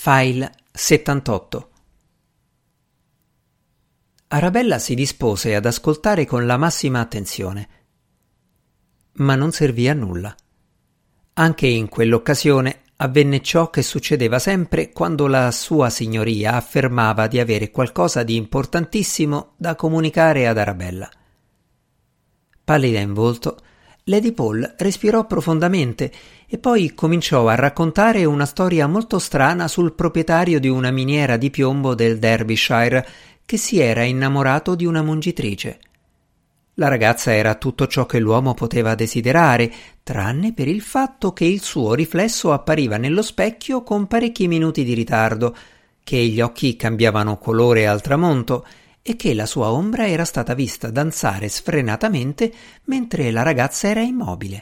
File 78. Arabella si dispose ad ascoltare con la massima attenzione. Ma non servì a nulla. Anche in quell'occasione avvenne ciò che succedeva sempre quando la sua signoria affermava di avere qualcosa di importantissimo da comunicare ad Arabella. Pallida in volto, Lady Paul respirò profondamente e poi cominciò a raccontare una storia molto strana sul proprietario di una miniera di piombo del Derbyshire che si era innamorato di una mungitrice. La ragazza era tutto ciò che l'uomo poteva desiderare, tranne per il fatto che il suo riflesso appariva nello specchio con parecchi minuti di ritardo, che gli occhi cambiavano colore al tramonto e che la sua ombra era stata vista danzare sfrenatamente mentre la ragazza era immobile.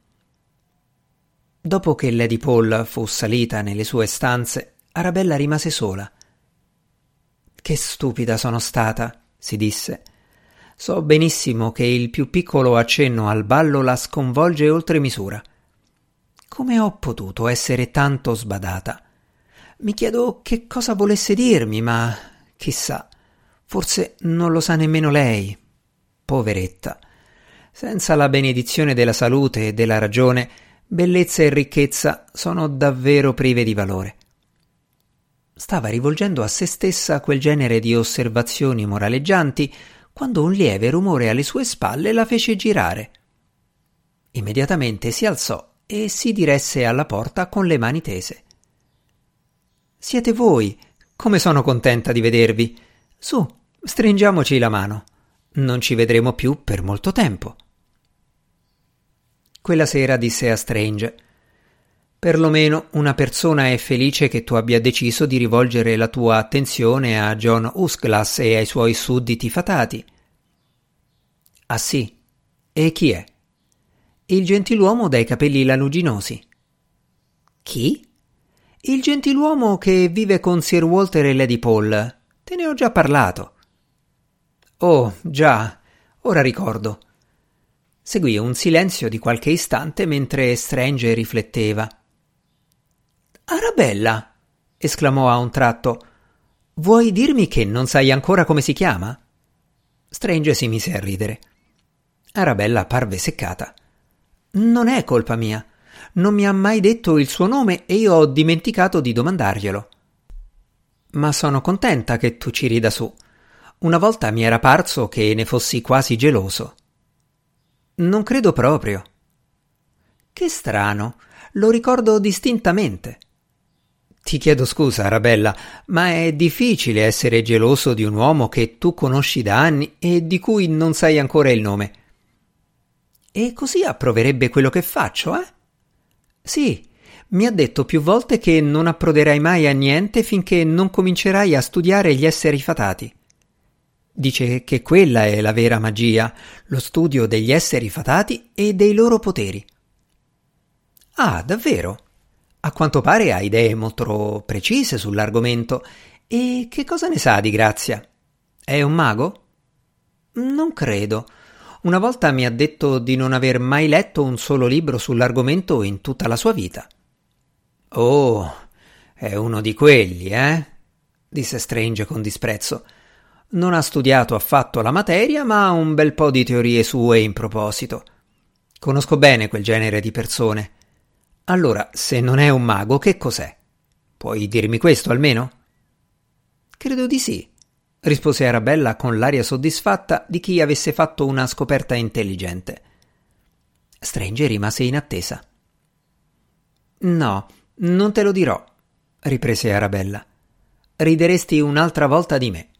Dopo che Lady Paul fu salita nelle sue stanze, Arabella rimase sola. «Che stupida sono stata», si disse. «So benissimo che il più piccolo accenno al ballo la sconvolge oltre misura. Come ho potuto essere tanto sbadata? Mi chiedo che cosa volesse dirmi, ma chissà. Forse non lo sa nemmeno lei. Poveretta. Senza la benedizione della salute e della ragione, bellezza e ricchezza sono davvero prive di valore». Stava rivolgendo a se stessa quel genere di osservazioni moraleggianti quando un lieve rumore alle sue spalle la fece girare. Immediatamente si alzò e si diresse alla porta con le mani tese. «Siete voi? Come sono contenta di vedervi! Su, stringiamoci la mano. Non ci vedremo più per molto tempo». Quella sera disse a Strange: «Perlomeno una persona è felice che tu abbia deciso di rivolgere la tua attenzione a John Usglass e ai suoi sudditi fatati». «Ah sì? E chi è?» «Il gentiluomo dai capelli lanuginosi». «Chi?» «Il gentiluomo che vive con Sir Walter e Lady Paul. Te ne ho già parlato». «Oh, già, ora ricordo». Seguì un silenzio di qualche istante mentre Strange rifletteva. «Arabella!» esclamò a un tratto. «Vuoi dirmi che non sai ancora come si chiama?» Strange si mise a ridere. Arabella parve seccata. «Non è colpa mia. Non mi ha mai detto il suo nome e io ho dimenticato di domandarglielo. Ma sono contenta che tu ci rida su. Una volta mi era parso che ne fossi quasi geloso». «Non credo proprio». «Che strano, lo ricordo distintamente». «Ti chiedo scusa, Arabella, ma è difficile essere geloso di un uomo che tu conosci da anni e di cui non sai ancora il nome». «E così approverebbe quello che faccio, eh?» «Sì, mi ha detto più volte che non approderai mai a niente finché non comincerai a studiare gli esseri fatati. Dice che quella è la vera magia, lo studio degli esseri fatati e dei loro poteri». «Ah, davvero? A quanto pare ha idee molto precise sull'argomento. E che cosa ne sa di Grazia? È un mago?» «Non credo. Una volta mi ha detto di non aver mai letto un solo libro sull'argomento in tutta la sua vita». «Oh, è uno di quelli, disse Strange con disprezzo. «Non ha studiato affatto la materia, ma ha un bel po' di teorie sue in proposito. Conosco bene quel genere di persone. Allora, se non è un mago, che cos'è? Puoi dirmi questo almeno?» «Credo di sì», rispose Arabella con l'aria soddisfatta di chi avesse fatto una scoperta intelligente. Strange rimase in attesa. «No, non te lo dirò», riprese Arabella. «Rideresti un'altra volta di me».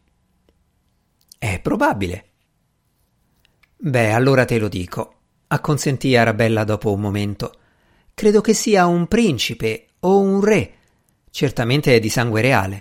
«È probabile». «Beh, allora te lo dico», acconsentì Arabella dopo un momento. «Credo che sia un principe o un re. Certamente è di sangue reale».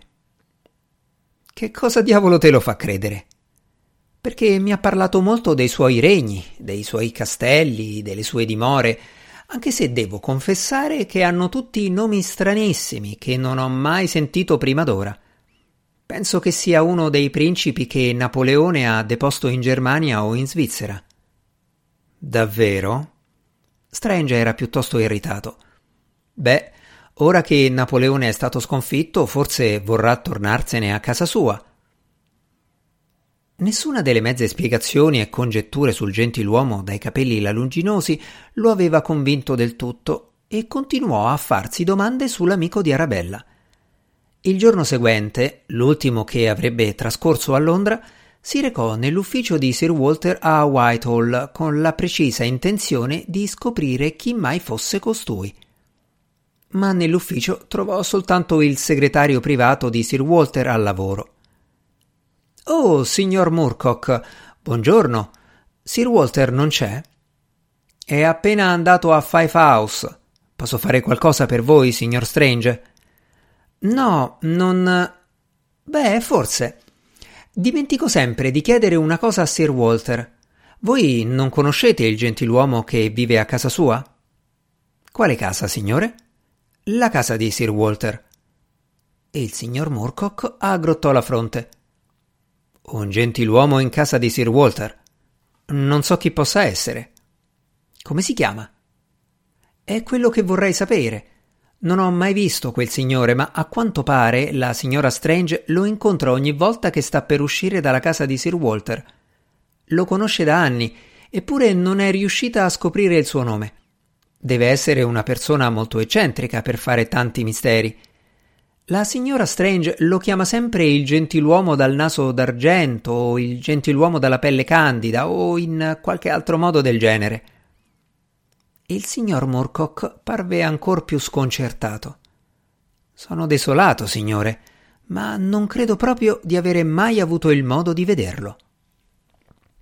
«Che cosa diavolo te lo fa credere?» «Perché mi ha parlato molto dei suoi regni, dei suoi castelli, delle sue dimore, anche se devo confessare che hanno tutti nomi stranissimi che non ho mai sentito prima d'ora. Penso che sia uno dei principi che Napoleone ha deposto in Germania o in Svizzera». «Davvero?» Strange era piuttosto irritato. «Beh, Ora che Napoleone è stato sconfitto, forse vorrà tornarsene a casa sua. Nessuna delle mezze spiegazioni e congetture sul gentiluomo dai capelli lanuginosi lo aveva convinto del tutto e continuò a farsi domande sull'amico di Arabella. Il giorno seguente, l'ultimo che avrebbe trascorso a Londra, si recò nell'ufficio di Sir Walter a Whitehall con la precisa intenzione di scoprire chi mai fosse costui. Ma nell'ufficio trovò soltanto il segretario privato di Sir Walter al lavoro. «Oh, signor Murcock, buongiorno. Sir Walter non c'è?» «È appena andato a Fife House. Posso fare qualcosa per voi, signor Strange?» «No, non... Beh, forse. Dimentico sempre di chiedere una cosa a Sir Walter. Voi non conoscete il gentiluomo che vive a casa sua?» «Quale casa, signore?» «La casa di Sir Walter». E il signor Murcock aggrottò la fronte. «Un gentiluomo in casa di Sir Walter? Non so chi possa essere. Come si chiama?» «È quello che vorrei sapere. Non ho mai visto quel signore, ma a quanto pare la signora Strange lo incontra ogni volta che sta per uscire dalla casa di Sir Walter. Lo conosce da anni, eppure non è riuscita a scoprire il suo nome. Deve essere una persona molto eccentrica per fare tanti misteri. La signora Strange lo chiama sempre il gentiluomo dal naso d'argento o il gentiluomo dalla pelle candida o in qualche altro modo del genere». Il signor Murcock parve ancor più sconcertato. «Sono desolato, signore, ma non credo proprio di avere mai avuto il modo di vederlo».